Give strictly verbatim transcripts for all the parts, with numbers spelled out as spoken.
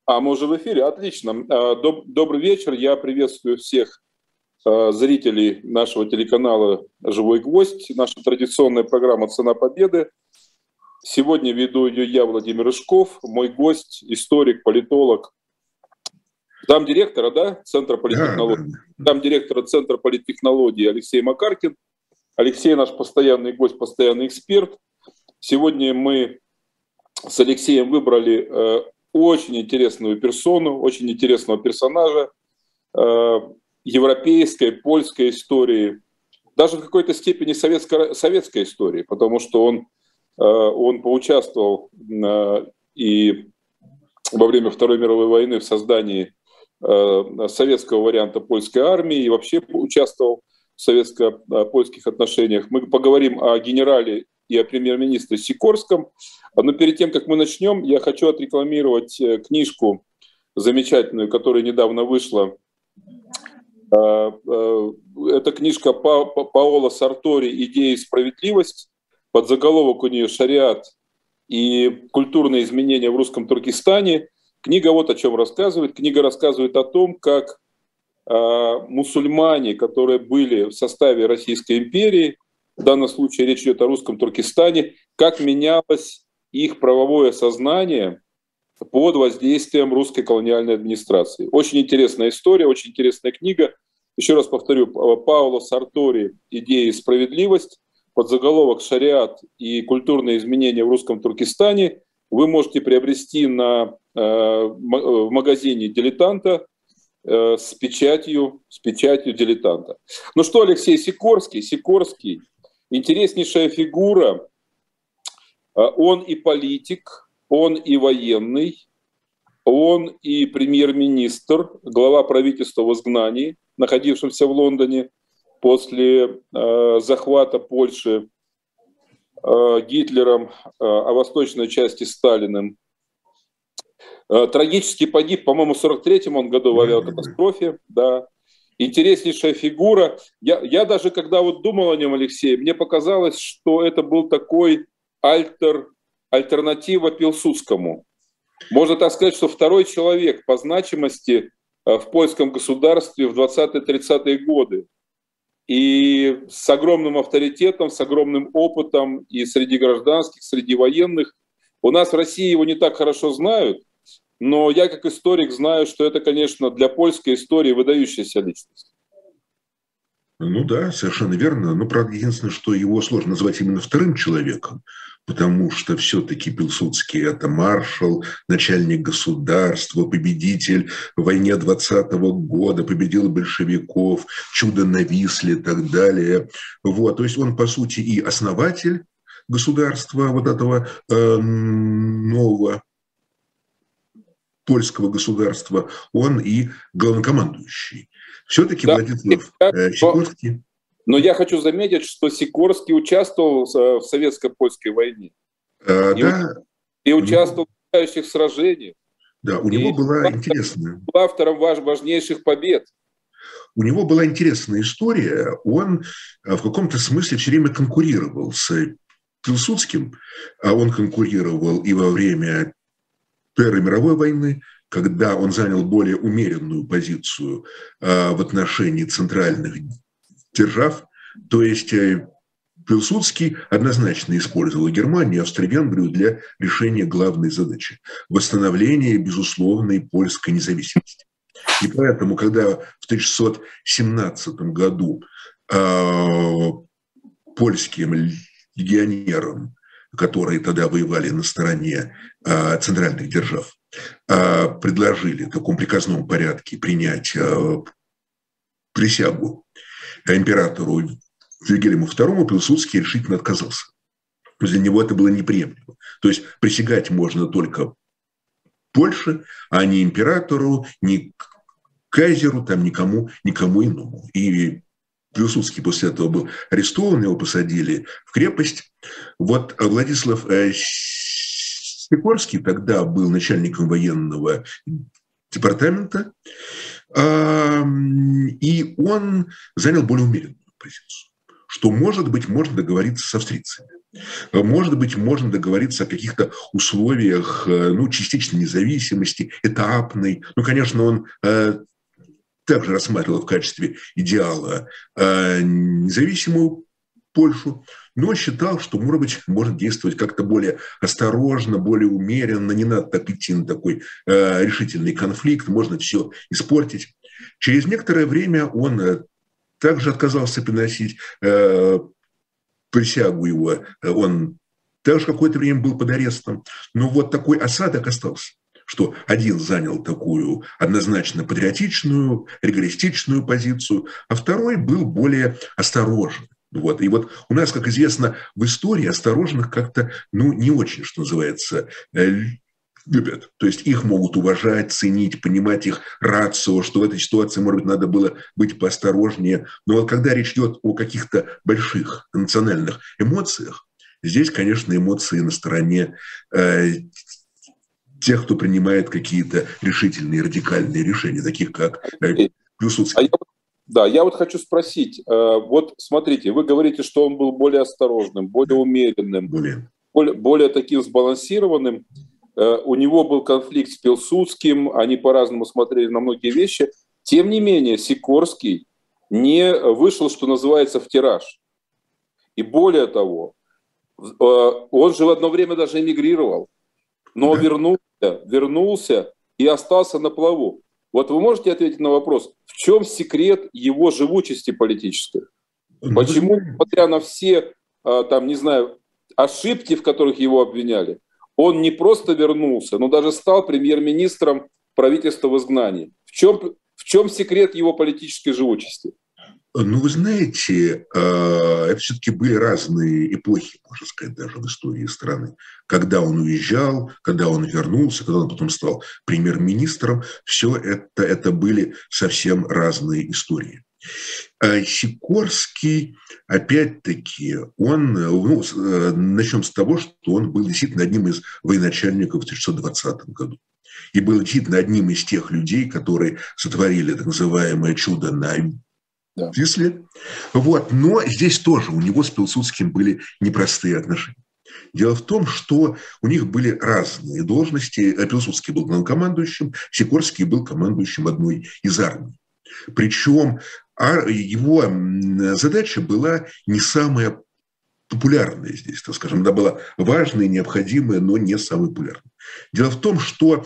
А, мы уже в эфире? Отлично. Доб- Добрый вечер. Я приветствую всех э, зрителей нашего телеканала «Живой гвоздь». Наша традиционная программа «Цена победы». Сегодня веду ее я, Владимир Рыжков. Мой гость, историк, политолог, замдиректора, да, Центра Да, да, политтехнологий, да. замдиректора Центра политтехнологий Алексей Макаркин. Алексей наш постоянный гость, постоянный эксперт. Сегодня мы с Алексеем выбрали э, очень интересную персону, очень интересного персонажа э, европейской, польской истории, даже в какой-то степени советско- советской истории, потому что он, э, он поучаствовал э, и во время Второй мировой войны в создании э, советского варианта польской армии и вообще участвовал в советско-польских отношениях. Мы поговорим о генерале и о премьер-министре Сикорском. Но перед тем, как мы начнем, я хочу отрекламировать книжку замечательную, которая недавно вышла. Это книжка Па- Па- Паоло Сартори «Идея и справедливость». Подзаголовок у нее «Шариат и культурные изменения в русском Туркестане». Книга вот о чем рассказывает. Книга рассказывает о том, как мусульмане, которые были в составе Российской империи, в данном случае речь идет о русском Туркестане, как менялось их правовое сознание под воздействием русской колониальной администрации. Очень интересная история, очень интересная книга. Еще раз повторю, Паоло Сартори «Идея и справедливость», подзаголовок «Шариат и культурные изменения в русском Туркестане». Вы можете приобрести на, э, в магазине «Дилетанта» э, с печатью, с печатью «Дилетанта». Ну что, Алексей, Сикорский, Сикорский, интереснейшая фигура. Он и политик, он и военный, он и премьер-министр, глава правительства в изгнании, находившемся в Лондоне после э, захвата Польши э, Гитлером, э, а восточной части Сталиным. Э, трагически погиб, по-моему, в сорок третьем он году в авиакатастрофе. Да. Интереснейшая фигура. Я, я даже, когда вот думал о нем, Алексей, мне показалось, что это был такой альтер, альтернатива Пилсудскому. Можно так сказать, что второй человек по значимости в польском государстве в двадцатые-тридцатые годы. И с огромным авторитетом, с огромным опытом и среди гражданских, среди военных. У нас в России его не так хорошо знают, но я как историк знаю, что это, конечно, для польской истории выдающаяся личность. Ну да, совершенно верно. Но, правда, единственное, что его сложно назвать именно вторым человеком, потому что все-таки Пилсудский – это маршал, начальник государства, победитель в войне двадцатого года, победил большевиков, чудо на Висле и так далее. Вот, то есть он, по сути, и основатель государства, вот этого э, нового польского государства, он и главнокомандующий. Все-таки Да, Владислав э, Сикорский. но я хочу заметить, что Сикорский участвовал в советско-польской войне. Э, и, да, и участвовал в решающих сражениях. Да, у и него была был интересная... автором важнейших побед. У него была интересная история. Он в каком-то смысле все время конкурировал с Пилсудским. А он конкурировал и во время Первой мировой войны, когда он занял более умеренную позицию в отношении центральных держав. То есть Пилсудский однозначно использовал Германию и Австро-Венгрию для решения главной задачи – восстановления безусловной польской независимости. И поэтому, когда в тысяча девятьсот семнадцатом году э, польским легионерам, которые тогда воевали на стороне э, центральных держав, э, предложили в таком приказном порядке принять э, присягу императору Вильгельму второму, Пилсудский решительно отказался. Для него это было неприемлемо. То есть присягать можно только Польше, а не императору, не кайзеру, там никому, никому иному. И Пилсудский после этого был арестован, его посадили в крепость. Вот Владислав Сикорский тогда был начальником военного департамента, и он занял более умеренную позицию. что, может быть, можно договориться с австрийцами. Может быть, можно договориться о каких-то условиях, ну, частичной независимости, этапной. Ну, конечно, он э, также рассматривал в качестве идеала э, независимую Польшу, но считал, что, может быть, может действовать как-то более осторожно, более умеренно, не надо так идти на такой э, решительный конфликт, можно все испортить. Через некоторое время он э, также отказался приносить э, присягу его, он также какое-то время был под арестом, но вот такой осадок остался, что один занял такую однозначно патриотичную, ригористичную позицию, а второй был более осторожен. Вот. И вот у нас, как известно, в истории осторожных как-то, ну, не очень, что называется, любят. То есть их могут уважать, ценить, понимать их рацио, что в этой ситуации, может быть, надо было быть поосторожнее. Но вот когда речь идет о каких-то больших национальных эмоциях, здесь, конечно, эмоции на стороне э, тех, кто принимает какие-то решительные, радикальные решения, таких как э, Пилсудский. А я, да, я вот хочу спросить. Э, вот смотрите, вы говорите, что он был более осторожным, более умеренным, более, более, более таким сбалансированным. У него был конфликт с Пилсудским, они по-разному смотрели на многие вещи. Тем не менее, Сикорский не вышел, что называется, в тираж. И более того, он же в одно время даже эмигрировал, но да. вернулся, вернулся и остался на плаву. Вот вы можете ответить на вопрос, в чем секрет его живучести политической? Ну, почему, несмотря на все, там, не знаю, ошибки, в которых его обвиняли, он не просто вернулся, но даже стал премьер-министром правительства в изгнании. В чем, в чем секрет его политической живучести? Ну, вы знаете, это все-таки были разные эпохи, можно сказать, даже в истории страны. Когда он уезжал, когда он вернулся, когда он потом стал премьер-министром, все это, это были совсем разные истории. Сикорский, опять-таки, он, ну, начнем с того, что он был действительно одним из военачальников в тысяча девятьсот двадцатом году. И был действительно одним из тех людей, которые сотворили так называемое чудо на Висле. Вот. Но здесь тоже у него с Пилсудским были непростые отношения. Дело в том, что у них были разные должности. Пилсудский был главнокомандующим, Сикорский был командующим одной из армий. Причем его задача была не самая популярная здесь, так скажем. Она была важная, необходимая, но не самая популярная. Дело в том, что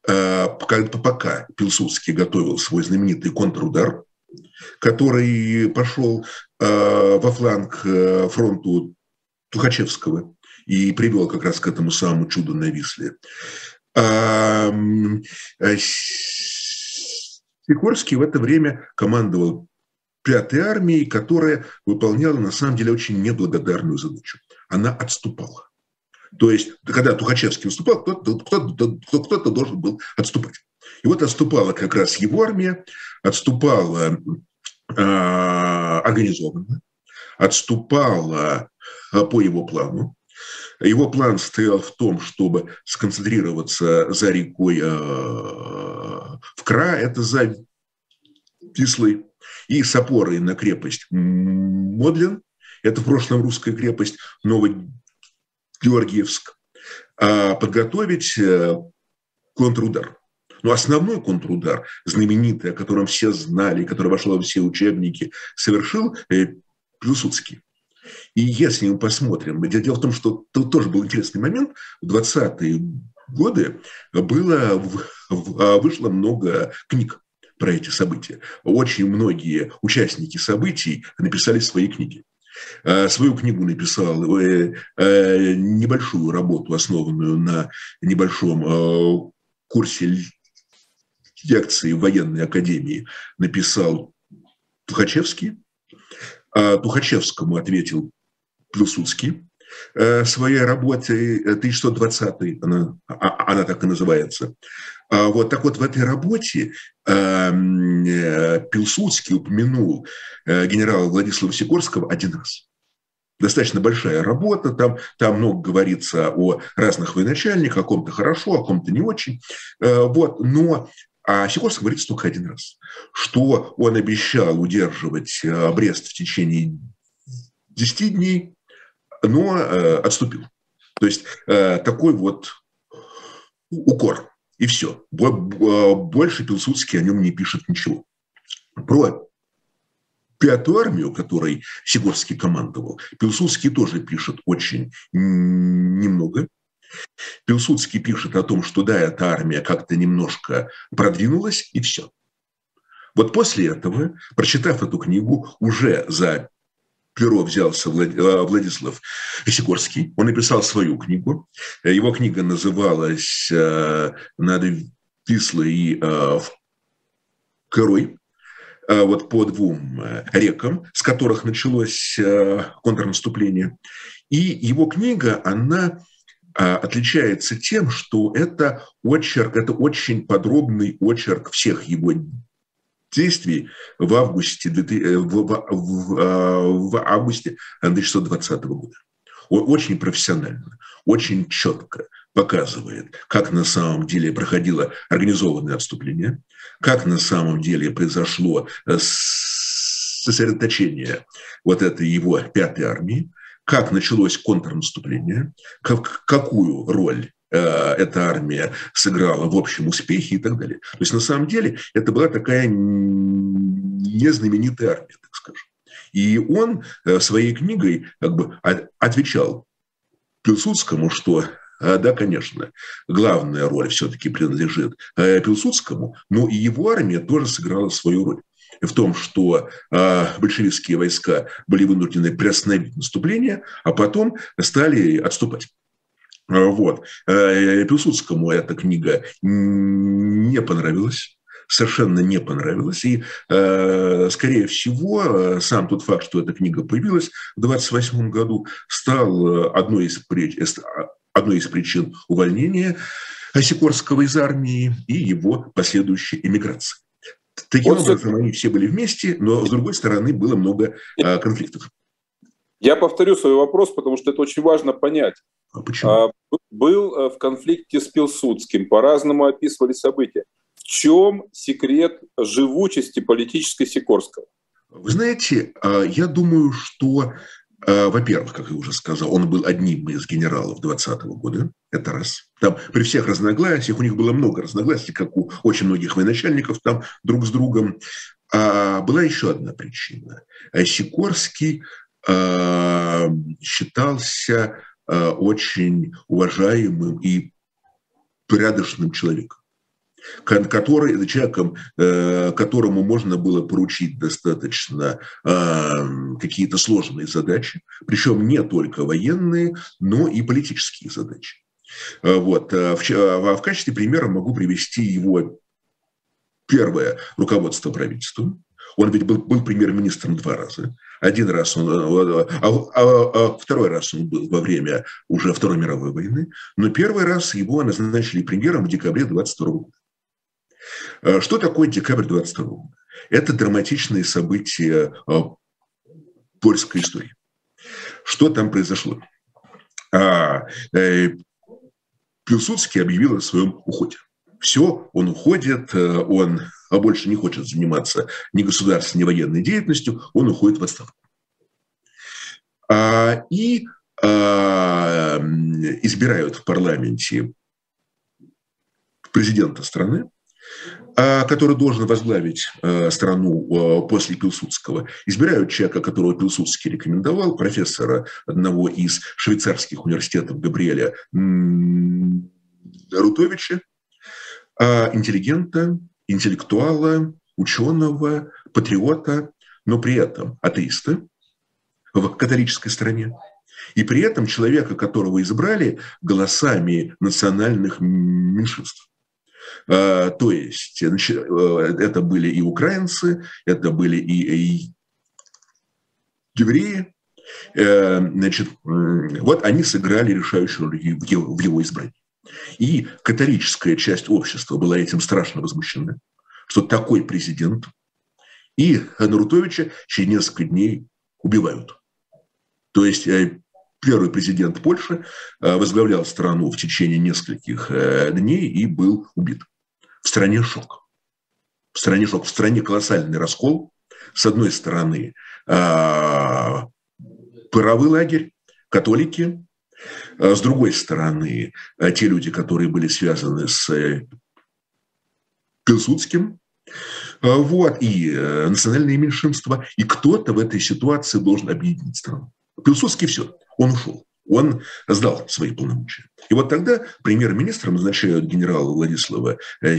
пока Пилсудский готовил свой знаменитый контрудар, который пошел во фланг фронту Тухачевского и привел как раз к этому самому чуду на Висле, Сикорский в это время командовал пятой армией, которая выполняла, на самом деле, очень неблагодарную задачу. Она отступала. То есть, когда Тухачевский выступал, кто-то, кто-то, кто-то должен был отступать. И вот отступала как раз его армия, отступала э, организованно, отступала э, по его плану. Его план стоял в том, чтобы сконцентрироваться за рекой э, Вкра, это за Вислой, и с опорой на крепость Модлин, это в прошлом русская крепость, Новогеоргиевск, э, подготовить э, контрудар. Но основной контрудар, знаменитый, о котором все знали, который вошел во все учебники, совершил э, Пилсудский. И если мы посмотрим, дело в том, что тут тоже был интересный момент, в двадцатые годы было, вышло много книг про эти события. Очень многие участники событий написали свои книги. Свою книгу написал, небольшую работу, основанную на небольшом курсе лекции в военной академии, написал Тухачевский. Тухачевскому ответил Пилсудский своей работой тысяча девятьсот двадцатый, она, она так и называется. Вот так вот в этой работе Пилсудский упомянул генерала Владислава Сикорского один раз. Достаточно большая работа, там, там много говорится о разных военачальниках, о ком-то хорошо, о ком-то не очень. Вот, но а Сикорский говорит только один раз, что он обещал удерживать Брест в течение десяти дней, но отступил. То есть такой вот укор. И все. Больше Пилсудский о нем не пишет ничего. Про пятую армию, которой Сикорский командовал, Пилсудский тоже пишет очень немного. Пилсудский пишет о том, что да, эта армия как-то немножко продвинулась, и все. Вот после этого, прочитав эту книгу, уже за перо взялся Владислав Сикорский. Он написал свою книгу. Его книга называлась «Над Вислой и Корой». Вот по двум рекам, с которых началось контрнаступление. И его книга, она отличается тем, что это очерк, это очень подробный очерк всех его действий в августе, в, в, в августе тысяча девятьсот двадцатого года. Он очень профессионально, очень четко показывает, как на самом деле проходило организованное отступление, как на самом деле произошло сосредоточение вот этой его пятой армии, как началось контрнаступление, как, какую роль э, эта армия сыграла в общем успехе и так далее. То есть на самом деле это была такая незнаменитая армия, так скажем. И он э, своей книгой как бы отвечал Пилсудскому, что да, конечно, главная роль все-таки принадлежит Пилсудскому, но и его армия тоже сыграла свою роль в том, что большевистские войска были вынуждены приостановить наступление, а потом стали отступать. Вот. Пилсудскому эта книга не понравилась. Совершенно не понравилось. И, э, скорее всего, сам тот факт, что эта книга появилась в двадцать восьмом году, стал одной из, одной из причин увольнения Сикорского из армии и его последующей эмиграции. Таким вот образом, они все были вместе, но, с другой стороны, было много э, конфликтов. Я повторю свой вопрос, потому что это очень важно понять. А почему? Был в конфликте с Пилсудским, по-разному описывали события. В чем секрет живучести политической Сикорского? Вы знаете, я думаю, что, во-первых, как я уже сказал, он был одним из генералов двадцатого года, это раз. Там при всех разногласиях, у них было много разногласий, как у очень многих военачальников там друг с другом. А была еще одна причина. Сикорский считался очень уважаемым и порядочным человеком, который, человеком, которому можно было поручить достаточно какие-то сложные задачи, причем не только военные, но и политические задачи. Вот. В качестве примера могу привести его первое руководство правительством. Он ведь был, был премьер-министром два раза. Один раз он, а, а, а второй раз он был во время уже Второй мировой войны, но первый раз его назначили премьером в декабре двадцать второго года. Что такое декабрь двадцать второго года? Это драматичные события польской истории. Что там произошло? Пилсудский объявил о своем уходе. Все, он уходит, он больше не хочет заниматься ни государственной, ни военной деятельностью, он уходит в отставку. И избирают в парламенте президента страны, который должен возглавить страну после Пилсудского. Избирают человека, которого Пилсудский рекомендовал, профессора одного из швейцарских университетов Габриэля Нарутовича, интеллигента, интеллектуала, ученого, патриота, но при этом атеиста в католической стране. И при этом человека, которого избрали голосами национальных меньшинств. То есть это были и украинцы, это были и евреи. Значит, вот они сыграли решающую роль в его избрании. И католическая часть общества была этим страшно возмущена, что такой президент, и Нарутовича через несколько дней убивают. То есть первый президент Польши возглавлял страну в течение нескольких дней и был убит. В стране шок. В стране шок. В стране колоссальный раскол. С одной стороны, правый лагерь, католики. С другой стороны, те люди, которые были связаны с Пилсудским, вот, и национальные меньшинства. И кто-то в этой ситуации должен объединить страну. Пилсудский все, он ушел. Он сдал свои полномочия. И вот тогда премьер-министром назначают генерала Владислава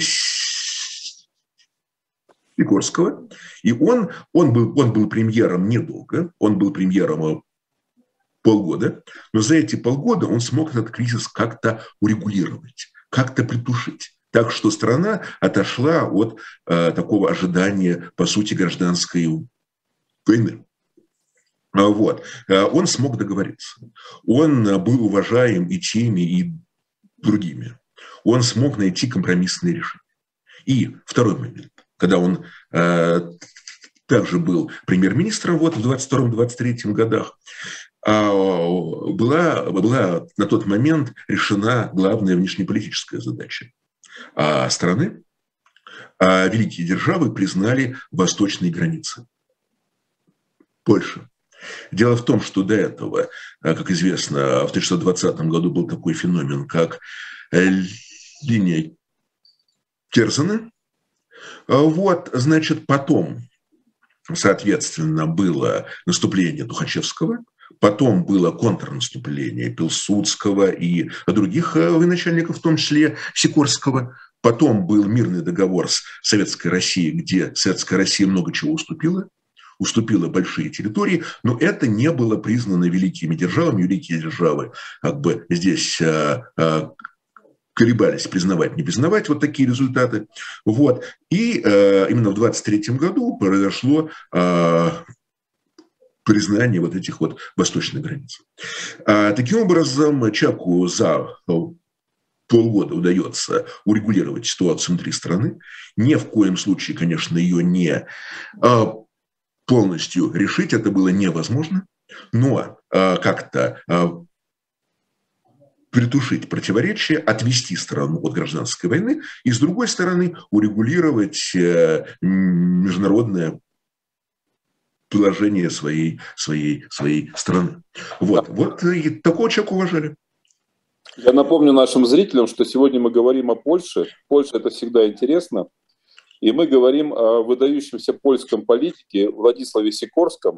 Сикорского. И он, он, был, он был премьером недолго, он был премьером полгода, но за эти полгода он смог этот кризис как-то урегулировать, как-то притушить. Так что страна отошла от э, такого ожидания, по сути, гражданской войны. Вот. Он смог договориться. Он был уважаем и теми, и другими. Он смог найти компромиссные решения. И второй момент, когда он э, также был премьер-министром вот, в двадцать втором — двадцать третьем годах, э, была, была на тот момент решена главная внешнеполитическая задача а страны. А великие державы признали восточные границы. Польша. Дело в том, что до этого, как известно, в тысяча девятьсот двадцатом году был такой феномен, как линия Керзена. Вот, значит, потом, соответственно, было наступление Тухачевского, потом было контрнаступление Пилсудского и других военачальников, в том числе Сикорского. Потом был мирный договор с Советской Россией, где Советская Россия много чего уступила. уступила большие территории, но это не было признано великими державами. Великие державы как бы здесь а, а, колебались, признавать, не признавать вот такие результаты. Вот. И а, именно в двадцать третьем году произошло а, признание вот этих вот восточных границ. А, таким образом, Чаку за полгода удается урегулировать ситуацию внутри страны. Ни в коем случае, конечно, ее не а, полностью решить, это было невозможно, но а, как-то а, притушить противоречия, отвести страну от гражданской войны и, с другой стороны, урегулировать а, международное положение своей, своей, своей страны. Вот, вот и такого человека уважали. Я напомню нашим зрителям, что сегодня мы говорим о Польше. Польша – это всегда интересно. И мы говорим о выдающемся польском политике Владиславе Сикорском.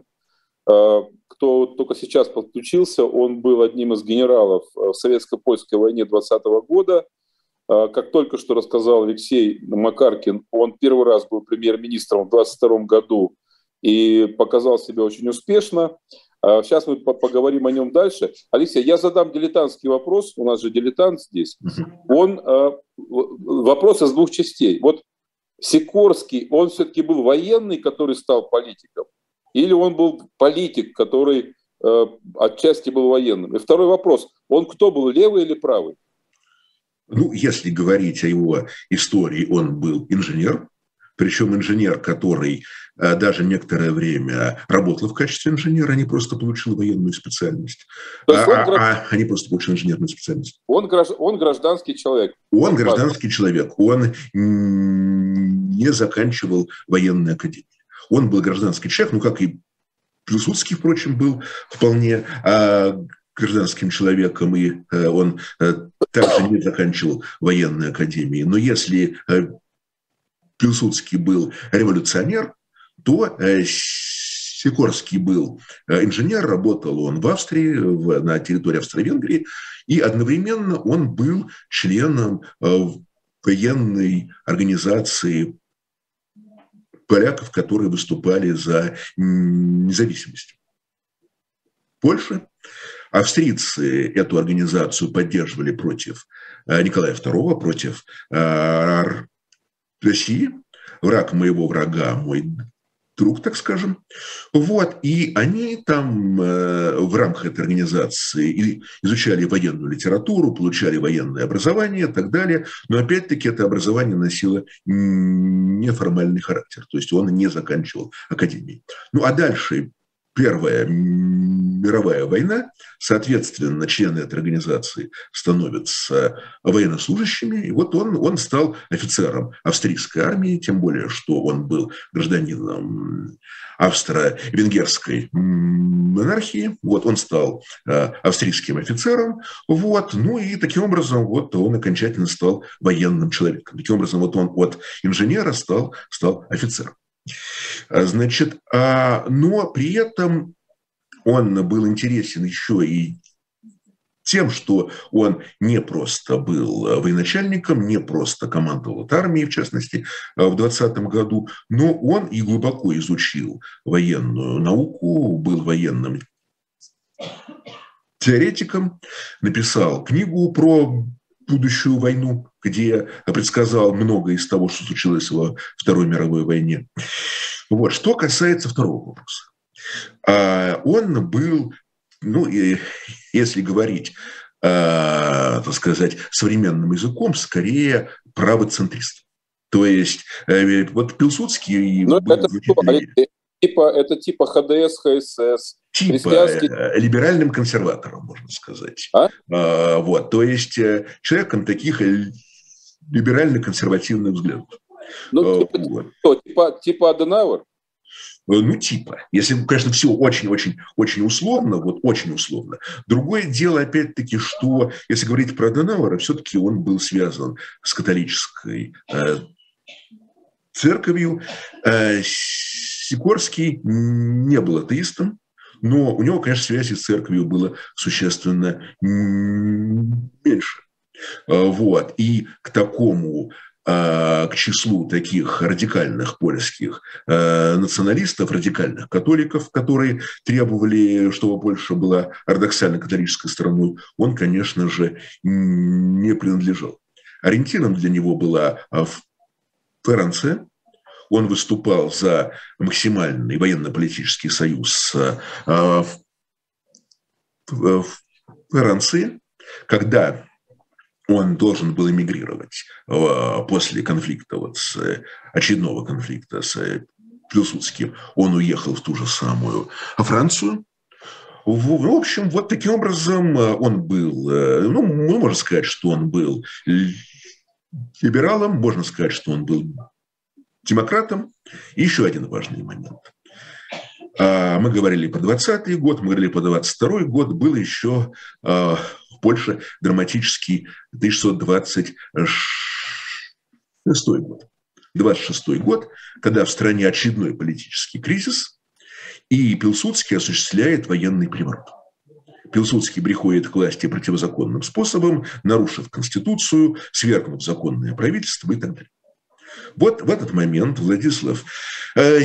Кто только сейчас подключился, он был одним из генералов в советско-польской войне двадцатого года. Как только что рассказал Алексей Макаркин, он первый раз был премьер-министром в двадцать втором году и показал себя очень успешно. Сейчас мы поговорим о нем дальше. Алексей, я задам дилетантский вопрос. У нас же дилетант здесь. Он, вопрос из двух частей. Вот Сикорский, он все-таки был военный, который стал политиком? Или он был политик, который э, отчасти был военным? И второй вопрос, он кто был, левый или правый? Ну, если говорить о его истории, он был инженер, причем инженер, который э, даже некоторое время работал в качестве инженера, а не просто получил военную специальность, а, граждан... а, а не просто получил инженерную специальность. Он, гражд... он гражданский человек. Он гражданский человек, он не заканчивал военную академию. Он был гражданский человек, ну, как и Пилсудский, впрочем, был вполне а, гражданским человеком, и а, он а, также не заканчивал военную академию. Но если а, Пилсудский был революционер, то а, Сикорский был а, инженер, работал он в Австрии, в, на территории Австро-Венгрии, и одновременно он был членом а, военной организации поляков, которые выступали за независимость Польши. Австрийцы эту организацию поддерживали против Николая второго, против России. Враг моего врага, мой друг, так скажем. Вот. И они там в рамках этой организации изучали военную литературу, получали военное образование и так далее. Но опять-таки это образование носило неформальный характер. То есть он не заканчивал академию. Ну а дальше Первая мировая война, соответственно, члены этой организации становятся военнослужащими, и вот он, он стал офицером австрийской армии, тем более, что он был гражданином австро-венгерской монархии, вот он стал австрийским офицером, вот, ну и таким образом вот он окончательно стал военным человеком. Таким образом вот он от инженера стал, стал офицером. Значит, но при этом он был интересен еще и тем, что он не просто был военачальником, не просто командовал от армией, в частности, в двадцатом году, но он и глубоко изучил военную науку, был военным теоретиком, написал книгу про будущую войну, где предсказал многое из того, что случилось во Второй мировой войне. Вот. Что касается второго вопроса. Он был, ну, если говорить, так сказать, современным языком, скорее правоцентрист. То есть вот Пилсудский... Но это типа, это типа ХДС, ХСС. Типа христианский... либеральным консерватором, можно сказать. А? А, вот, то есть человеком таких либерально-консервативных взглядов. Ну, типа, вот. Что, типа, типа Аденауэр? Ну, типа. Если, конечно, все очень-очень-очень условно, вот очень условно. Другое дело, опять-таки, что, если говорить про Аденауэра, все-таки он был связан с католической э, церковью. Э, Сикорский не был атеистом, но у него, конечно, связи с церковью было существенно меньше. Вот. И к такому, к числу таких радикальных польских националистов, радикальных католиков, которые требовали, чтобы Польша была ортодоксально-католической страной, он, конечно же, не принадлежал. Ориентиром для него была Франция. Он выступал за максимальный военно-политический союз с Францией, когда он должен был эмигрировать после конфликта, вот с очередного конфликта с Пилсудским. Он уехал в ту же самую Францию. В общем, вот таким образом он был, ну, мы можем сказать, что он был либералом, можно сказать, что он был демократом. И еще один важный момент. Мы говорили про двадцатый год, мы говорили про двадцать второй год, был еще в Польше драматический тысяча шестьсот двадцать шестой год. двадцать шестой год, когда в стране очередной политический кризис, и Пилсудский осуществляет военный переворот. Пилсудский приходит к власти противозаконным способом, нарушив Конституцию, свергнув законное правительство и так далее. Вот в этот момент Владислав э,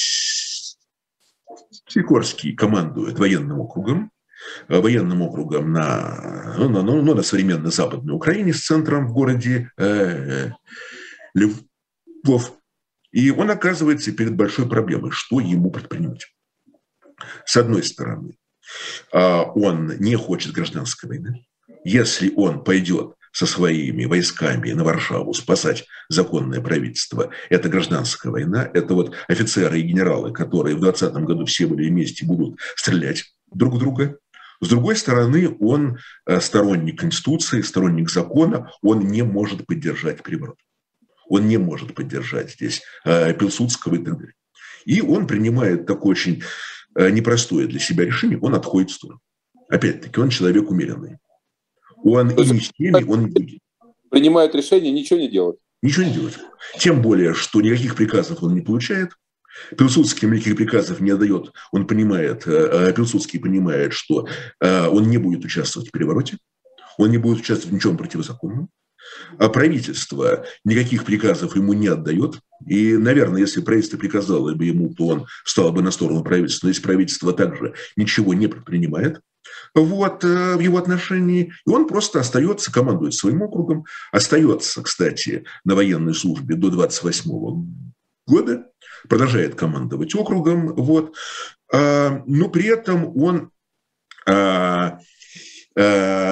Сикорский командует военным округом, э, военным округом на, ну, на, ну, на современной Западной Украине с центром в городе э, Львов. И он оказывается перед большой проблемой, что ему предпринимать. С одной стороны, э, он не хочет гражданской войны. Если он пойдет со своими войсками на Варшаву спасать законное правительство, это гражданская война, это вот офицеры и генералы, которые в двадцатом году все были вместе, будут стрелять друг в друга. С другой стороны, он сторонник Конституции, сторонник закона, он не может поддержать переворот. Он не может поддержать здесь Пилсудского и так далее. И он принимает такое очень непростое для себя решение, он отходит в сторону. Опять-таки, он человек умеренный. Он и не с теми, он не будет. Принимает решение ничего не делать. Ничего не делать. Тем более, что никаких приказов он не получает. Пилсудский никаких приказов не отдает. Он понимает, Пилсудский понимает, что он не будет участвовать в перевороте. Он не будет участвовать в ничем противозаконном. А правительство никаких приказов ему не отдает. И, наверное, если правительство приказало бы ему, то он встал бы на сторону правительства. Но если правительство также ничего не предпринимает, вот, в его отношении, и он просто остается, командует своим округом, остается, кстати, на военной службе до двадцать восьмого года, продолжает командовать округом, вот, но при этом он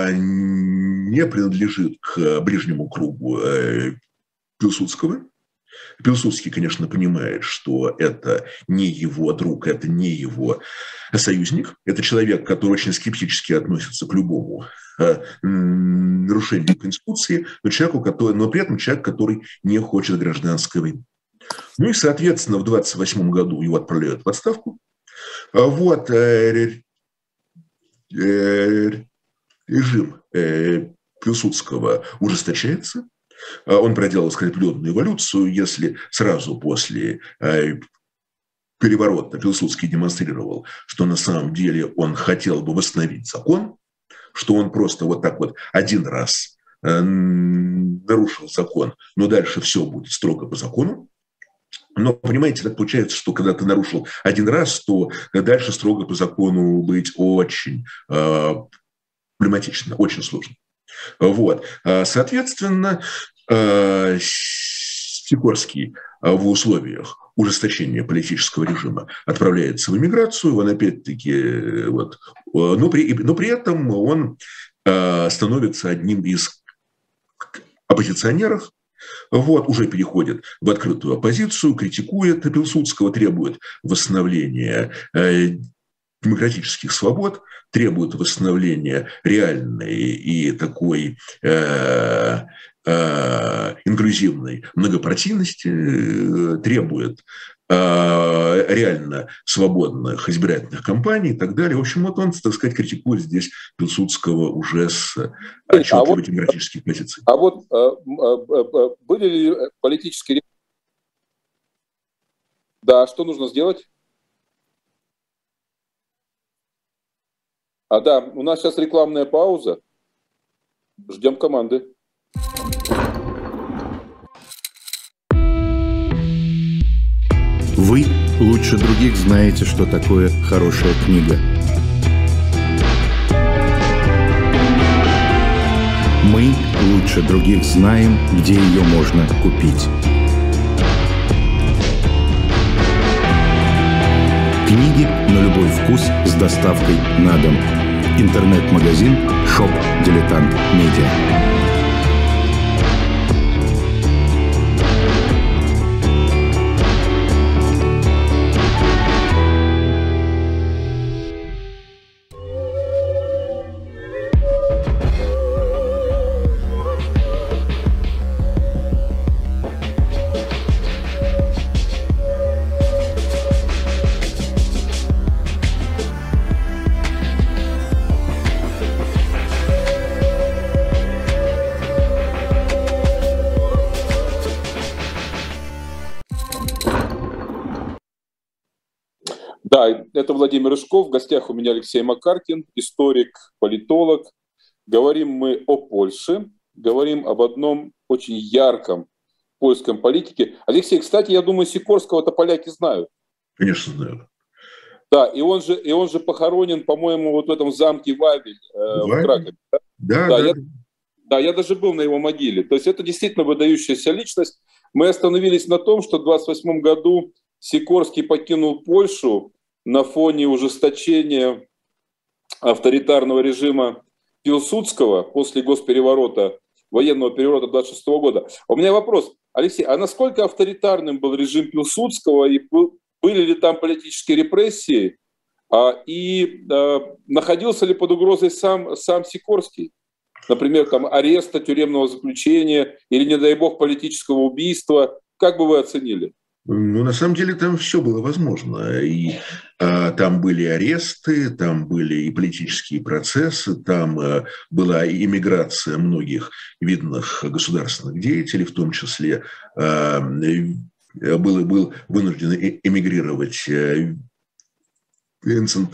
не принадлежит к ближнему кругу Пилсудского, Пилсудский, конечно, понимает, что это не его друг, это не его союзник. Это человек, который очень скептически относится к любому э, нарушению Конституции, но, человеку, который, но при этом человек, который не хочет гражданской войны. Ну и, соответственно, в двадцать восьмом году его отправляют в отставку. Вот э, э, режим э, Пилсудского ужесточается. Он проделал скрепленную эволюцию. Если сразу после э, переворота Пилсудский демонстрировал, что на самом деле он хотел бы восстановить закон, что он просто вот так вот один раз э, нарушил закон, но дальше все будет строго по закону. Но, понимаете, так получается, что когда ты нарушил один раз, то дальше строго по закону быть очень э, проблематично, очень сложно. Вот. Соответственно, Сикорский в условиях ужесточения политического режима отправляется в эмиграцию, он опять-таки, вот, но, при, но при этом он становится одним из оппозиционеров, вот, уже переходит в открытую оппозицию, критикует Пилсудского, требует восстановления демократических свобод, требует восстановления реальной и такой э, э, инклюзивной многопартийности, э, требует э, реально свободных избирательных кампаний и так далее. В общем, вот он, так сказать, критикует здесь Пилсудского уже с отчетливой а вот, демократических позиций. А вот э, э, были ли политические... Да, что нужно сделать? А да, у нас сейчас рекламная пауза. Ждем команды. Вы лучше других знаете, что такое хорошая книга. Мы лучше других знаем, где ее можно купить. Книги на любой вкус с доставкой на дом. Интернет-магазин Shop Дилетант Медиа. Да, это Владимир Рыжков. В гостях у меня Алексей Макаркин, историк, политолог. Говорим мы о Польше, говорим об одном очень ярком польском политике. Алексей, кстати, я думаю, Сикорского-то поляки знают. Конечно, знают. Да, и он же, и он же похоронен, по-моему, вот в этом замке Вавель э, в Кракове. Да, да. Да, да. Я, да, я даже был на его могиле. То есть это действительно выдающаяся личность. Мы остановились на том, что в двадцать восьмом году Сикорский покинул Польшу на фоне ужесточения авторитарного режима Пилсудского после госпереворота, военного переворота двадцать шестого года. У меня вопрос, Алексей, а насколько авторитарным был режим Пилсудского, и был, были ли там политические репрессии, а, и а, находился ли под угрозой сам, сам Сикорский? Например, там ареста, тюремного заключения или, не дай бог, политического убийства. Как бы вы оценили? Ну, на самом деле, там все было возможно. И а, там были аресты, там были и политические процессы, там а, была и иммиграция многих видных государственных деятелей, в том числе а, был, был вынужден эмигрировать Винсент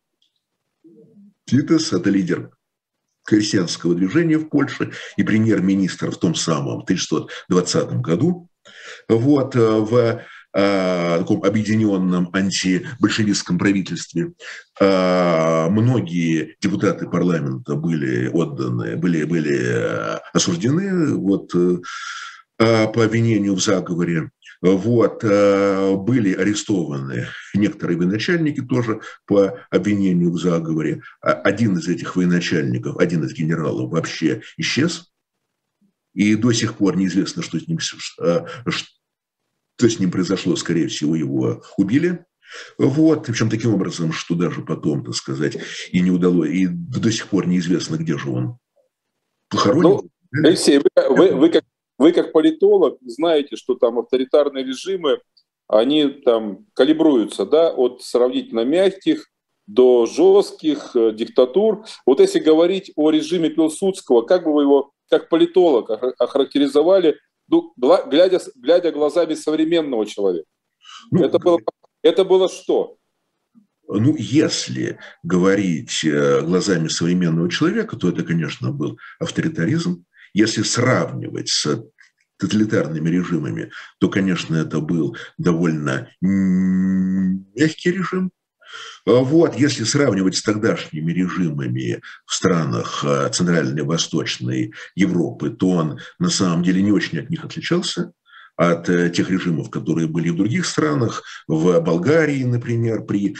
Витас, это лидер крестьянского движения в Польше и премьер-министр в том самом тысяча девятьсот двадцатом году. Вот, в а, таком объединенном антибольшевистском правительстве а, многие депутаты парламента были отданы, были, были осуждены вот, а, по обвинению в заговоре. Вот, а, были арестованы некоторые военачальники тоже по обвинению в заговоре. Один из этих военачальников, один из генералов вообще исчез. И до сих пор неизвестно, что с ним, что с ним произошло, скорее всего, его убили. Вот, причем таким образом, что даже потом, так сказать, и не удалось, и до сих пор неизвестно, где же он похоронен. Ну, Алексей, вы, вы, вы, как, вы как политолог знаете, что там авторитарные режимы, они там калибруются, да, от сравнительно мягких до жестких э, диктатур. Вот если говорить о режиме Пилсудского, как бы вы его, как политолог, охарактеризовали, ну, глядя, глядя глазами современного человека? Ну, это, было, это было что? Ну, если говорить глазами современного человека, то это, конечно, был авторитаризм. Если сравнивать с тоталитарными режимами, то, конечно, это был довольно мягкий режим. Вот, если сравнивать с тогдашними режимами в странах Центральной и Восточной Европы, то он на самом деле не очень от них отличался, от тех режимов, которые были в других странах, в Болгарии, например, при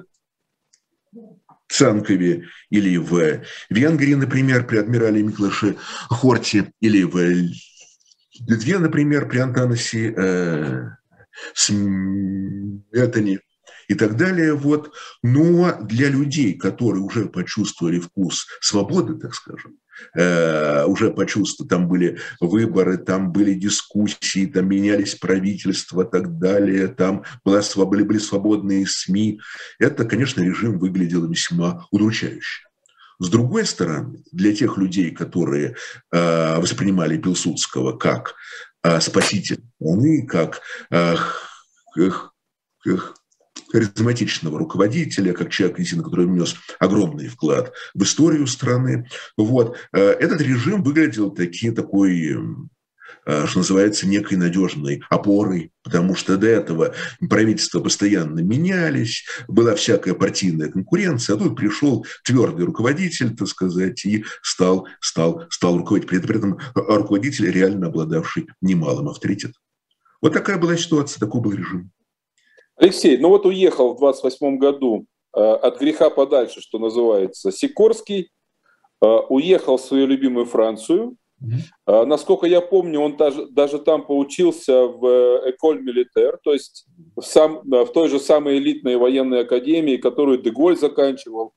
Цанкове, или в Венгрии, например, при адмирале Миклаше Хорти, или в Литве, например, при Антанасе э, Сметане и так далее. Вот. Но для людей, которые уже почувствовали вкус свободы, так скажем, э, уже почувствовали, там были выборы, там были дискуссии, там менялись правительства и так далее, там была, были, были свободные СМИ, это, конечно, режим выглядел весьма удручающе. С другой стороны, для тех людей, которые э, воспринимали Пилсудского как э, спасителя страны, как э, харизматичного руководителя, как человека, который внес огромный вклад в историю страны, вот, э, этот режим выглядел таки, такой, э, что называется, некой надежной опорой, потому что до этого правительства постоянно менялись, была всякая партийная конкуренция, а тут пришел твердый руководитель, так сказать, и стал, стал, стал руководить, при этом руководитель, реально обладавший немалым авторитетом. Вот такая была ситуация, такой был режим. Алексей, ну вот уехал в двадцать восьмом году э, от греха подальше, что называется, Сикорский, э, уехал в свою любимую Францию. Uh, насколько я помню, он даже, даже там поучился в Эколь Милитер, то есть в, сам, в той же самой элитной военной академии, которую Деголь заканчивал,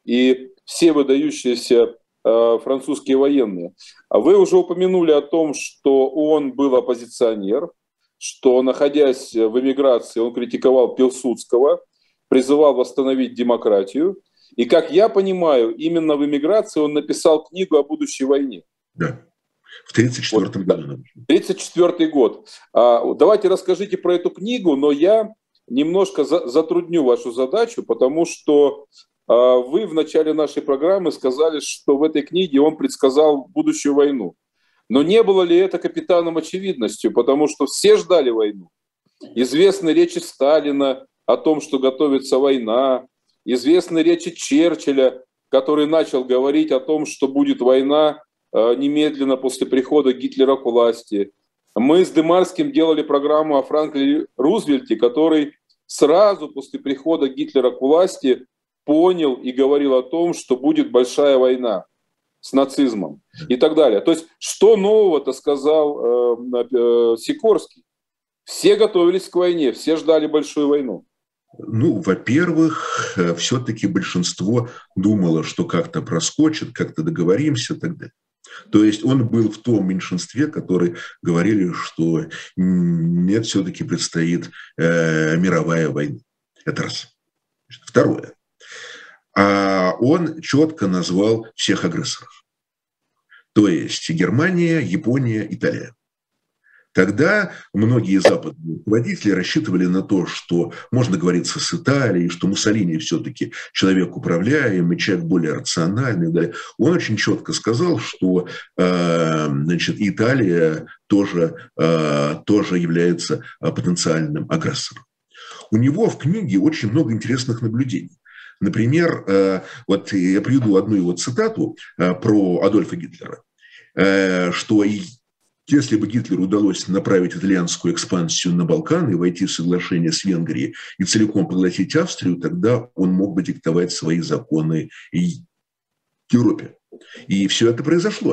и все выдающиеся uh, французские военные. А вы уже упомянули о том, что он был оппозиционер, что, находясь в эмиграции, он критиковал Пилсудского, призывал восстановить демократию. И, как я понимаю, именно в эмиграции он написал книгу о будущей войне. Да. В тридцать четвёртом году. тридцать четвёртый год. Давайте расскажите про эту книгу, но я немножко затрудню вашу задачу, потому что вы в начале нашей программы сказали, что в этой книге он предсказал будущую войну. Но не было ли это капитаном очевидностью, потому что все ждали войну. Известны речи Сталина о том, что готовится война, известны речи Черчилля, который начал говорить о том, что будет война немедленно после прихода Гитлера к власти. Мы с Демарским делали программу о Франклине Рузвельте, который сразу после прихода Гитлера к власти понял и говорил о том, что будет большая война с нацизмом и так далее. То есть что нового-то сказал э, э, Сикорский? Все готовились к войне, все ждали большую войну. Ну, во-первых, все-таки большинство думало, что как-то проскочит, как-то договоримся и так далее. То есть он был в том меньшинстве, которые говорили, что нет, все-таки предстоит э, мировая война. Это раз. Второе. А он четко назвал всех агрессоров. То есть Германия, Япония, Италия. Тогда многие западные руководители рассчитывали на то, что можно договориться с Италией, что Муссолини все-таки человек управляемый, человек более рациональный и так далее. Он очень четко сказал, что э, значит, Италия тоже, э, тоже является потенциальным агрессором. У него в книге очень много интересных наблюдений. Например, э, вот я приведу одну его цитату э, про Адольфа Гитлера, э, что и если бы Гитлеру удалось направить итальянскую экспансию на Балканы и войти в соглашение с Венгрией и целиком поглотить Австрию, тогда он мог бы диктовать свои законы Европе. И все это произошло.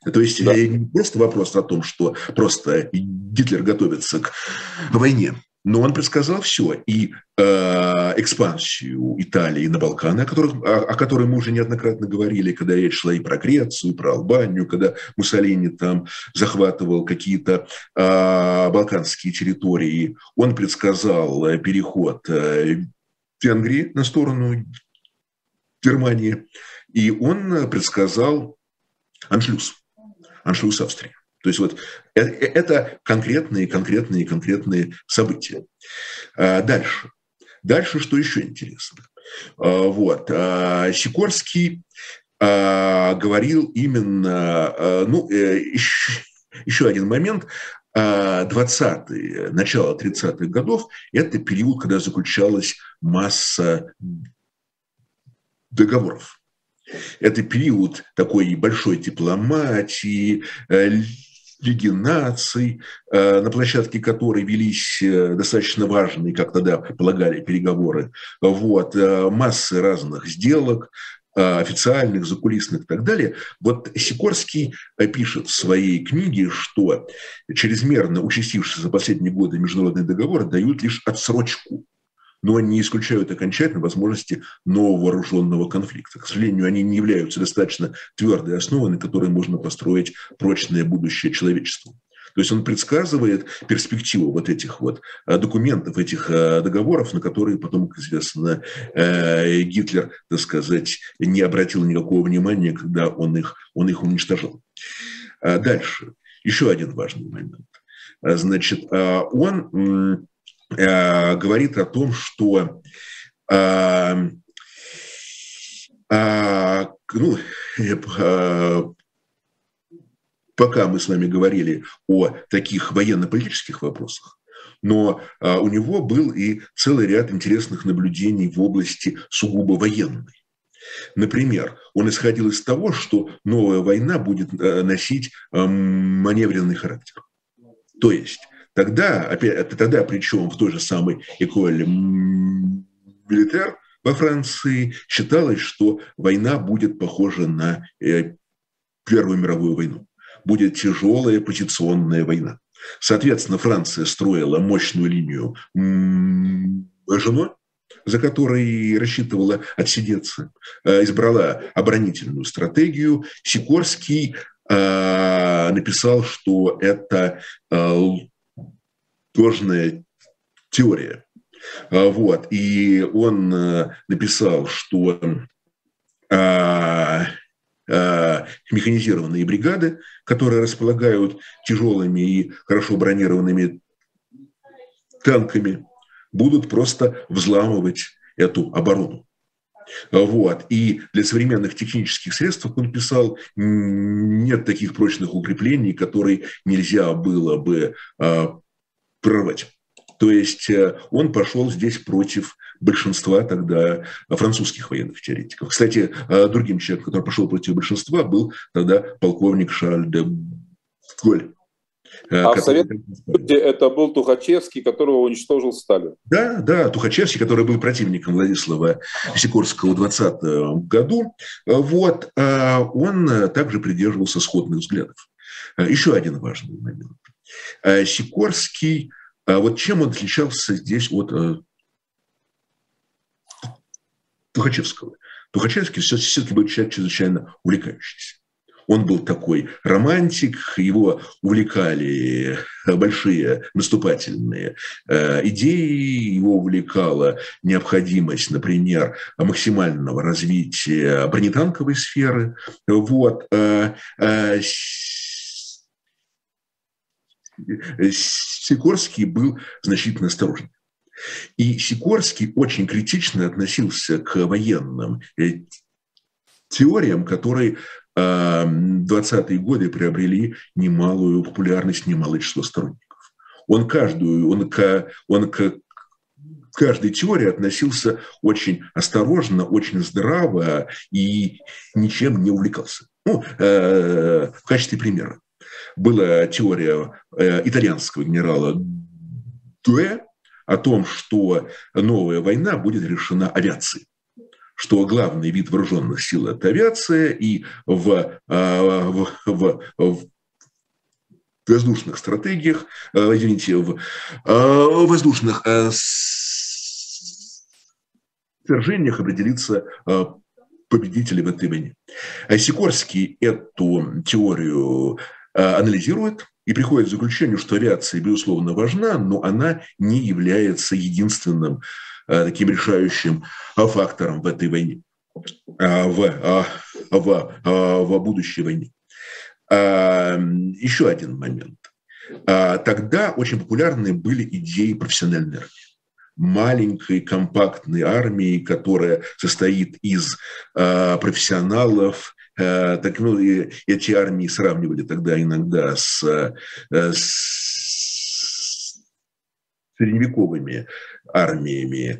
То есть Да. не просто вопрос о том, что просто Гитлер готовится к войне, но он предсказал все. И э, экспансию Италии на Балканы, о, которых, о, о которой мы уже неоднократно говорили, когда речь шла и про Грецию, и про Албанию, когда Муссолини там захватывал какие-то э, балканские территории. Он предсказал переход э, Венгрии на сторону Германии. И он предсказал аншлюз. Аншлюз Австрии. То есть вот это конкретные, конкретные, конкретные события. Дальше. Дальше что еще интересно? Вот. Сикорский говорил именно, ну, еще, еще один момент. двадцатые, начало тридцатых годов – это период, когда заключалась масса договоров. Это период такой большой дипломатии, Лиги наций, на площадке которой велись достаточно важные, как тогда полагали, переговоры. Вот, массы разных сделок, официальных, закулисных и так далее. Вот Сикорский пишет в своей книге, что чрезмерно участившиеся за последние годы международные договоры дают лишь отсрочку, но не исключают окончательно возможности нового вооруженного конфликта. К сожалению, они не являются достаточно твердой основой, на которой можно построить прочное будущее человечества. То есть он предсказывает перспективу вот этих вот документов, этих договоров, на которые потом, как известно, Гитлер, так сказать, не обратил никакого внимания, когда он их, он их уничтожал. Дальше. Еще один важный момент. Значит, он говорит о том, что а, а, ну, а, пока мы с вами говорили о таких военно-политических вопросах, но а, у него был и целый ряд интересных наблюдений в области сугубо военной. Например, он исходил из того, что новая война будет носить маневренный характер. То есть Тогда, опять, тогда, причем в той же самой École Militaire во Франции, считалось, что война будет похожа на Первую мировую войну. Будет тяжелая позиционная война. Соответственно, Франция строила мощную линию Мажино, за которой рассчитывала отсидеться, избрала оборонительную стратегию. Сикорский написал, что это ложная теория. Вот. И он написал, что механизированные бригады, которые располагают тяжелыми и хорошо бронированными танками, будут просто взламывать эту оборону. Вот. И для современных технических средств, он писал, нет таких прочных укреплений, которые нельзя было бы прорвать. То есть он пошел здесь против большинства тогда французских военных теоретиков. Кстати, другим человеком, который пошел против большинства, был тогда полковник Шарль де Голь. А в Советском Союзе это был Тухачевский, которого уничтожил Сталин. Да, да, Тухачевский, который был противником Владислава Сикорского в двадцатом году, вот, он также придерживался сходных взглядов. Еще один важный момент. Сикорский, вот чем он отличался здесь от Тухачевского? Тухачевский все-таки был человек чрезвычайно увлекающийся. Он был такой романтик, его увлекали большие наступательные идеи, его увлекала необходимость, например, максимального развития бронетанковой сферы. Вот. Сикорский был значительно осторожен. И Сикорский очень критично относился к военным теориям, которые в двадцатые годы приобрели немалую популярность, немалое число сторонников. Он, каждую, он, к, он к каждой теории относился очень осторожно, очень здраво и ничем не увлекался. Ну, э, в качестве примера была теория э, итальянского генерала Дуэ о том, что новая война будет решена авиацией. что главный вид вооруженных сил – это авиация, и в, в, в, в воздушных стратегиях, извините, в воздушных сражениях определится победители в этой войне. А Сикорский эту теорию анализирует и приходит к заключению, что авиация, безусловно, важна, но она не является единственным таким решающим фактором в этой войне, в, в, в будущей войне. Еще один момент. Тогда очень популярны были идеи профессиональной армии. Маленькой, компактной армии, которая состоит из профессионалов. Так, ну, и эти армии сравнивали тогда иногда с, с средневековыми армиями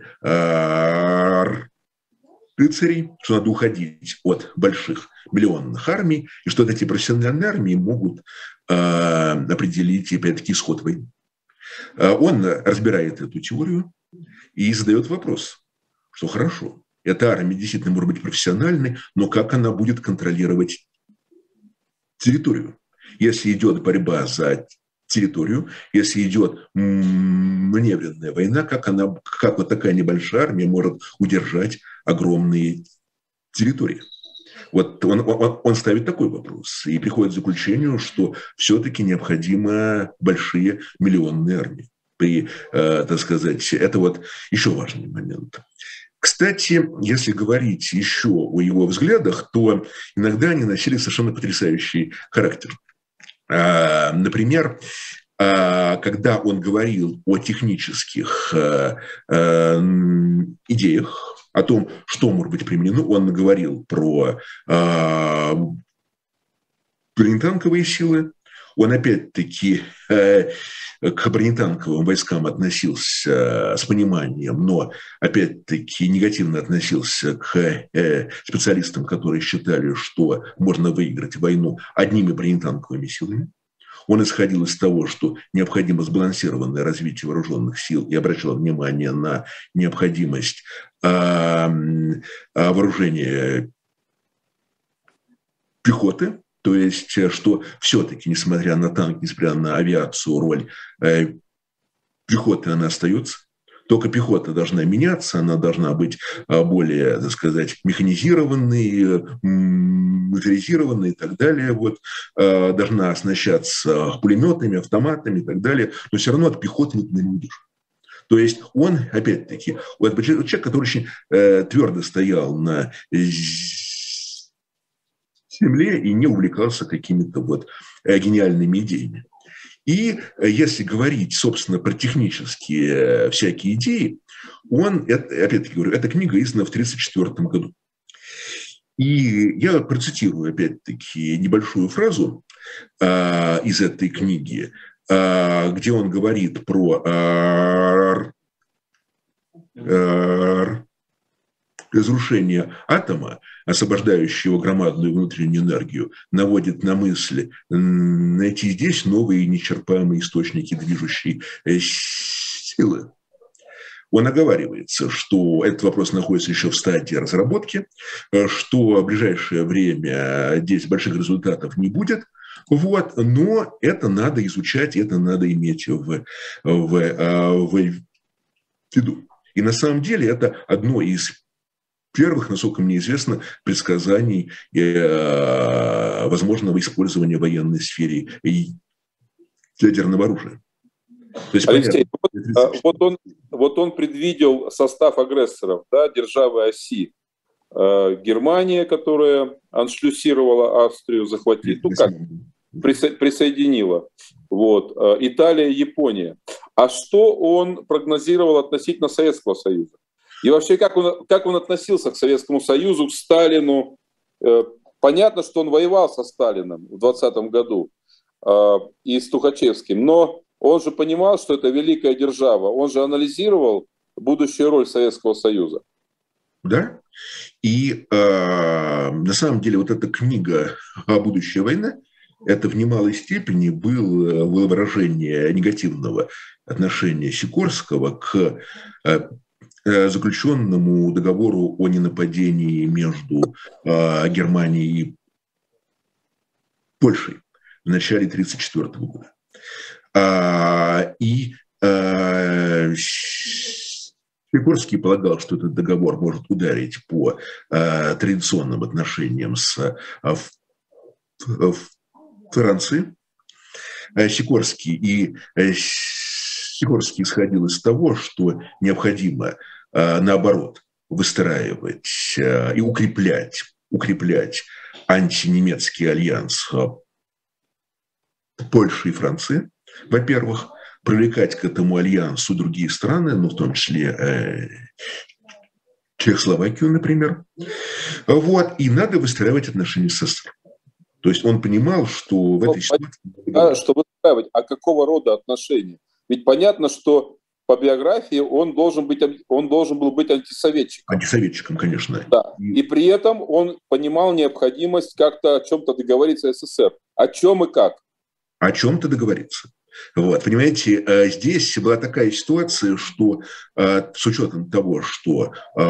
рыцарей, что надо уходить от больших миллионных армий, и что эти профессиональные армии могут определить, опять-таки, исход войны. Он разбирает эту теорию и задает вопрос, что хорошо, эта армия действительно может быть профессиональной, но как она будет контролировать территорию? Если идет борьба за территорию, если идет маневренная война, как, она, как вот такая небольшая армия может удержать огромные территории? Вот он, он, он ставит такой вопрос и приходит к заключению, что все-таки необходимы большие миллионные армии. При, э, так сказать, это вот еще важный момент. Кстати, если говорить еще о его взглядах, то иногда они носили совершенно потрясающий характер. А, например, а, когда он говорил о технических а, а, идеях, о том, что может быть применено, он говорил про а, бронетанковые силы. Он опять-таки э, к бронетанковым войскам относился с пониманием, но опять-таки негативно относился к э, специалистам, которые считали, что можно выиграть войну одними бронетанковыми силами. Он исходил из того, что необходимо сбалансированное развитие вооруженных сил и обращал внимание на необходимость э, вооружения пехоты. То есть, что все-таки, несмотря на танки, несмотря на авиацию, роль э, пехоты, она остается. Только пехота должна меняться, она должна быть более, так сказать, механизированной, моторизированной и так далее. Вот, э, должна оснащаться пулеметами, автоматами и так далее. Но все равно от пехоты никуда не уйдешь. То есть он, опять-таки, вот человек, который очень э, твердо стоял на земле и не увлекался какими-то вот гениальными идеями. И если говорить, собственно, про технические всякие идеи, он, это, опять-таки говорю, эта книга издана в тысяча девятьсот тридцать четвёртом году. И я процитирую, опять-таки, небольшую фразу а, из этой книги, а, где он говорит про а, а, разрушение атома, освобождающего громадную внутреннюю энергию, наводит на мысль найти здесь новые неисчерпаемые источники движущей силы. Он оговаривается, что этот вопрос находится еще в стадии разработки, что в ближайшее время здесь больших результатов не будет, вот, но это надо изучать, это надо иметь в, в, в виду. И на самом деле это одно из первых, насколько мне известно, предсказаний э, возможного использования в военной сфере ядерного оружия. То есть, Алексей, вот, вот, он, вот он предвидел состав агрессоров, да, державы оси. Э, Германия, которая аншлюсировала Австрию, захватить, ну как, присо, присоединила. Вот. Э, Италия, Япония. А что он прогнозировал относительно Советского Союза? И вообще, как он, как он относился к Советскому Союзу, к Сталину? Понятно, что он воевал со Сталиным в двадцатом году и с Тухачевским, но он же понимал, что это великая держава. Он же анализировал будущую роль Советского Союза. Да. И э, на самом деле вот эта книга «Будущая война», это в немалой степени было выражение негативного отношения Сикорского к заключенному договору о ненападении между Германией и Польшей в начале тысяча девятьсот тридцать четвёртого года. И Сикорский полагал, что этот договор может ударить по традиционным отношениям с Францией. Сикорский и Сикорский исходил из того, что необходимо, наоборот, выстраивать и укреплять, укреплять антинемецкий альянс Польши и Франции, во-первых, привлекать к этому альянсу другие страны, ну, в том числе э, Чехословакию, например. Вот, и надо выстраивать отношения с СССР. То есть он понимал, что в этой ситуации... Да, что выстраивать, а какого рода отношения? Ведь понятно, что по биографии он должен, быть, он должен был быть антисоветчиком. Антисоветчиком, конечно. Да. И при этом он понимал необходимость как-то о чем-то договориться с СССР. О чем и как? О чем-то договориться. Вот, понимаете, здесь была такая ситуация, что с учетом того, что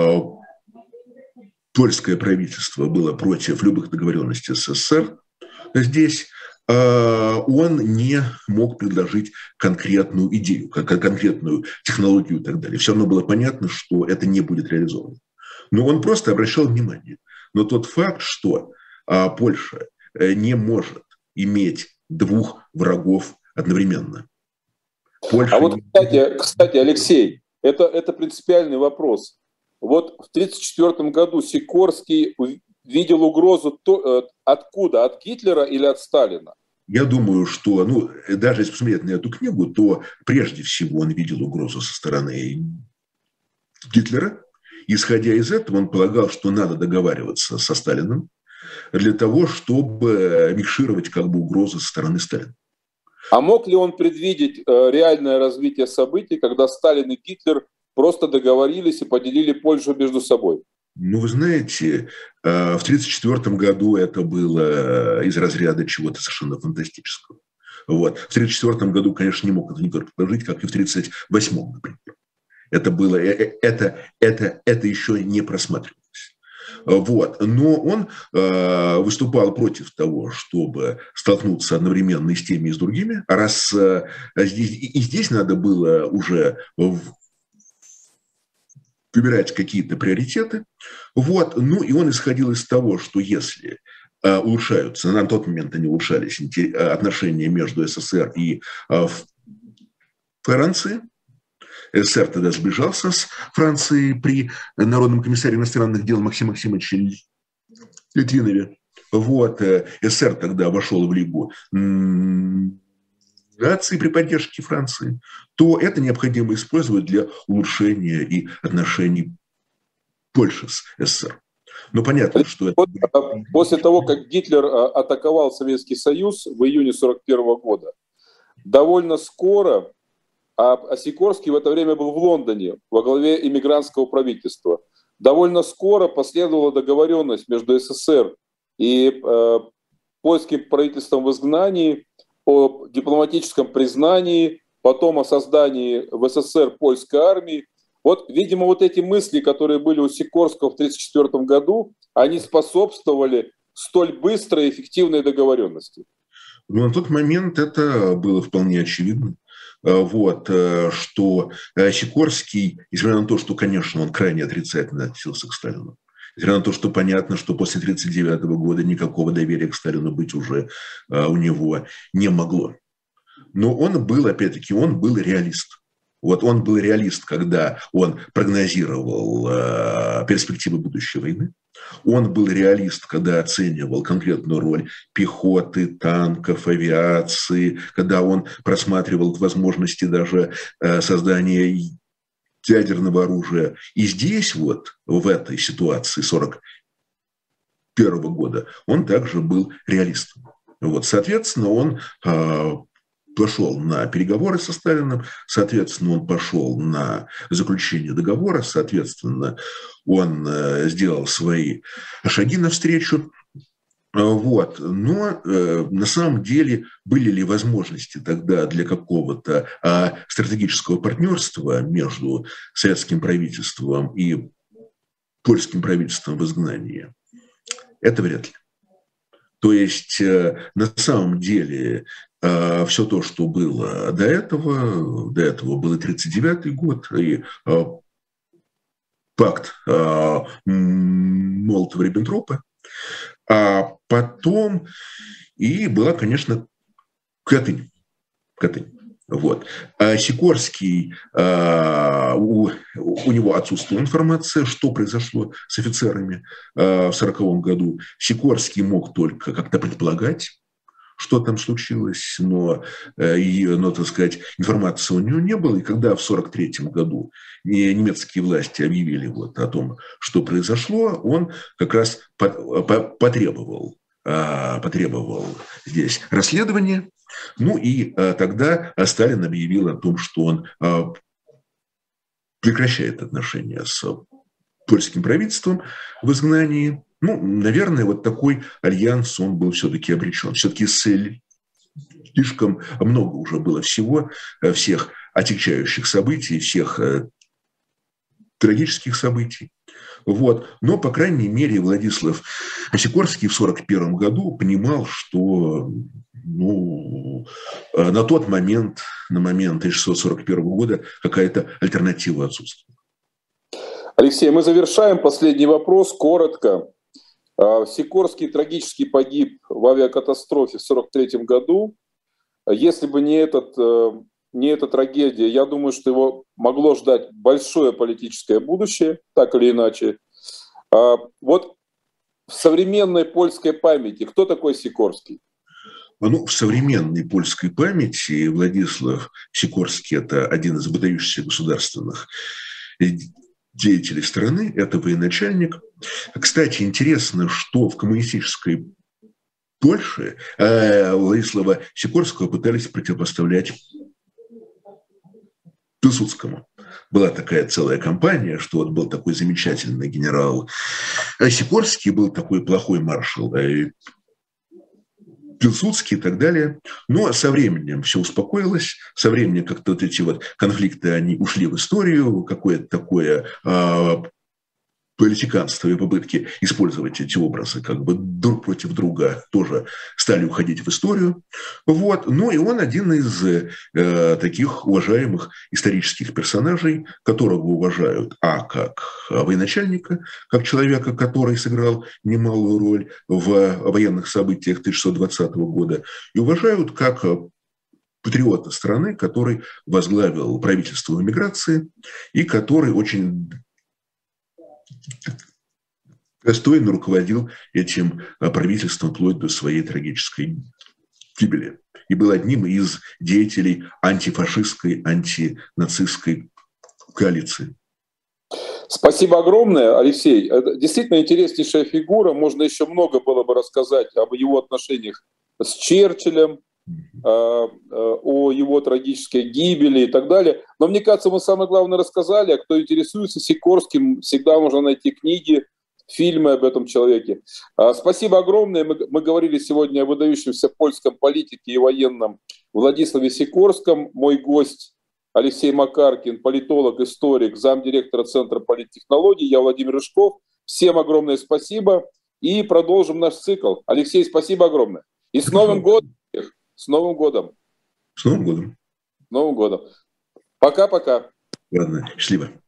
польское правительство было против любых договоренностей с СССР, здесь он не мог предложить конкретную идею, конкретную технологию и так далее. Все равно было понятно, что это не будет реализовано. Но он просто обращал внимание на тот факт, что Польша не может иметь двух врагов одновременно. Польша... А вот, кстати, кстати Алексей, это, это принципиальный вопрос. Вот в тысяча девятьсот тридцать четвёртом году Сикорский видел угрозу то, откуда? От Гитлера или от Сталина? Я думаю, что, ну, даже если посмотреть на эту книгу, то прежде всего он видел угрозу со стороны Гитлера. Исходя из этого, он полагал, что надо договариваться со Сталиным для того, чтобы микшировать как бы угрозы со стороны Сталина. А мог ли он предвидеть э, реальное развитие событий, когда Сталин и Гитлер просто договорились и поделили Польшу между собой? Ну, вы знаете, в тысяча девятьсот тридцать четвёртом году это было из разряда чего-то совершенно фантастического. Вот. В тысяча девятьсот тридцать четвёртом году, конечно, не мог это никто предположить, как и в тысяча девятьсот тридцать восьмом, например. Это было, это, это, это еще не просматривалось. Вот. Но он э, выступал против того, чтобы столкнуться одновременно и с теми, и с другими. А раз э, здесь, и здесь надо было уже выбирать какие-то приоритеты. Вот. Ну и он исходил из того, что если э, улучшаются, на тот момент они улучшались, отношения между СССР и э, Францией, СССР тогда сближался с Францией при Народном комиссаре иностранных дел Максиме Максимовиче Литвинове. Вот. СССР тогда вошел в Лигу наций при поддержке Франции. То это необходимо использовать для улучшения и отношений Польши с СССР. Но понятно, что это... После того, как Гитлер атаковал Советский Союз в июне сорок первого года, довольно скоро... А Сикорский в это время был в Лондоне во главе иммигрантского правительства. Довольно скоро последовала договоренность между СССР и э, польским правительством в изгнании о дипломатическом признании, потом о создании в СССР польской армии. Вот, видимо, вот эти мысли, которые были у Сикорского в тысяча девятьсот тридцать четвёртом году, они способствовали столь быстрой и эффективной договоренности. Ну, на тот момент это было вполне очевидно. Вот, что Сикорский, несмотря на то, что, конечно, он крайне отрицательно относился к Сталину, несмотря на то, что понятно, что после тысяча девятьсот тридцать девятого года никакого доверия к Сталину быть уже у него не могло. Но он был, опять-таки, он был реалист. Вот он был реалист, когда он прогнозировал перспективы будущей войны. Он был реалист, когда оценивал конкретную роль пехоты, танков, авиации, когда он просматривал возможности даже создания ядерного оружия. И здесь вот, в этой ситуации сорок первого года, он также был реалистом. Вот, соответственно, он пошел на переговоры со Сталиным, соответственно, он пошел на заключение договора, соответственно, он сделал свои шаги навстречу Вот. Но э, на самом деле были ли возможности тогда для какого-то э, стратегического партнерства между советским правительством и польским правительством в изгнании? Это вряд ли. То есть э, на самом деле э, все то, что было до этого, до этого был и тридцать девятый год, и э, пакт э, Молотова-Риббентропа, а потом и была, конечно, Катынь. Катынь. Вот. А Сикорский, а, у, у него отсутствовала информация, что произошло с офицерами а, в сороковом году. Сикорский мог только как-то предполагать, что там случилось, но, и, но, так сказать, информации у него не было. И когда в сорок третьем году немецкие власти объявили вот о том, что произошло, он как раз потребовал, потребовал здесь расследования. Ну и тогда Сталин объявил о том, что он прекращает отношения с польским правительством в изгнании. Ну, наверное, вот такой альянс, он был все-таки обречен. Все-таки слишком много уже было всего, всех отягчающих событий, всех трагических событий. Вот. Но, по крайней мере, Владислав Сикорский в сорок первом году понимал, что ну, на тот момент, на момент тысяча шестьсот сорок первого года, какая-то альтернатива отсутствует. Алексей, мы завершаем. Последний вопрос, коротко. Сикорский трагически погиб в авиакатастрофе в сорок третьем году. Если бы не, этот, не эта трагедия, я думаю, что его могло ждать большое политическое будущее, так или иначе. Вот в современной польской памяти кто такой Сикорский? Ну, в современной польской памяти Владислав Сикорский – это один из выдающихся государственных деятелей страны, это военачальник. Кстати, интересно, что в коммунистической Польше э, Владислава Сикорского пытались противопоставлять Пилсудскому. Была такая целая кампания, что вот был такой замечательный генерал Сикорский, был такой плохой маршал э, Пилсудский и так далее. Но со временем все успокоилось, со временем как-то вот эти вот конфликты, они ушли в историю, какое-то такое э, политиканство и попытки использовать эти образы как бы друг против друга тоже стали уходить в историю. Вот. Ну и он один из э, таких уважаемых исторических персонажей, которого уважают а как военачальника, как человека, который сыграл немалую роль в военных событиях тысяча шестьсот двадцатого года, и уважают как патриота страны, который возглавил правительство в эмиграции и который очень достойно руководил этим правительством вплоть до своей трагической гибели. И был одним из деятелей антифашистской, антинацистской коалиции. Спасибо огромное, Алексей. Это действительно интереснейшая фигура. Можно еще много было бы рассказать об его отношениях с Черчиллем, о его трагической гибели и так далее. Но мне кажется, мы самое главное рассказали, а кто интересуется Сикорским, всегда можно найти книги, фильмы об этом человеке. Спасибо огромное. Мы, мы говорили сегодня о выдающемся польском политике и военном Владиславе Сикорском. Мой гость Алексей Макаркин, политолог, историк, замдиректора Центра политтехнологий. Я Владимир Рыжков. Всем огромное спасибо. И продолжим наш цикл. Алексей, спасибо огромное. И с Новым годом! С Новым годом! С Новым годом! С Новым годом! Пока-пока! Ладно, счастливо.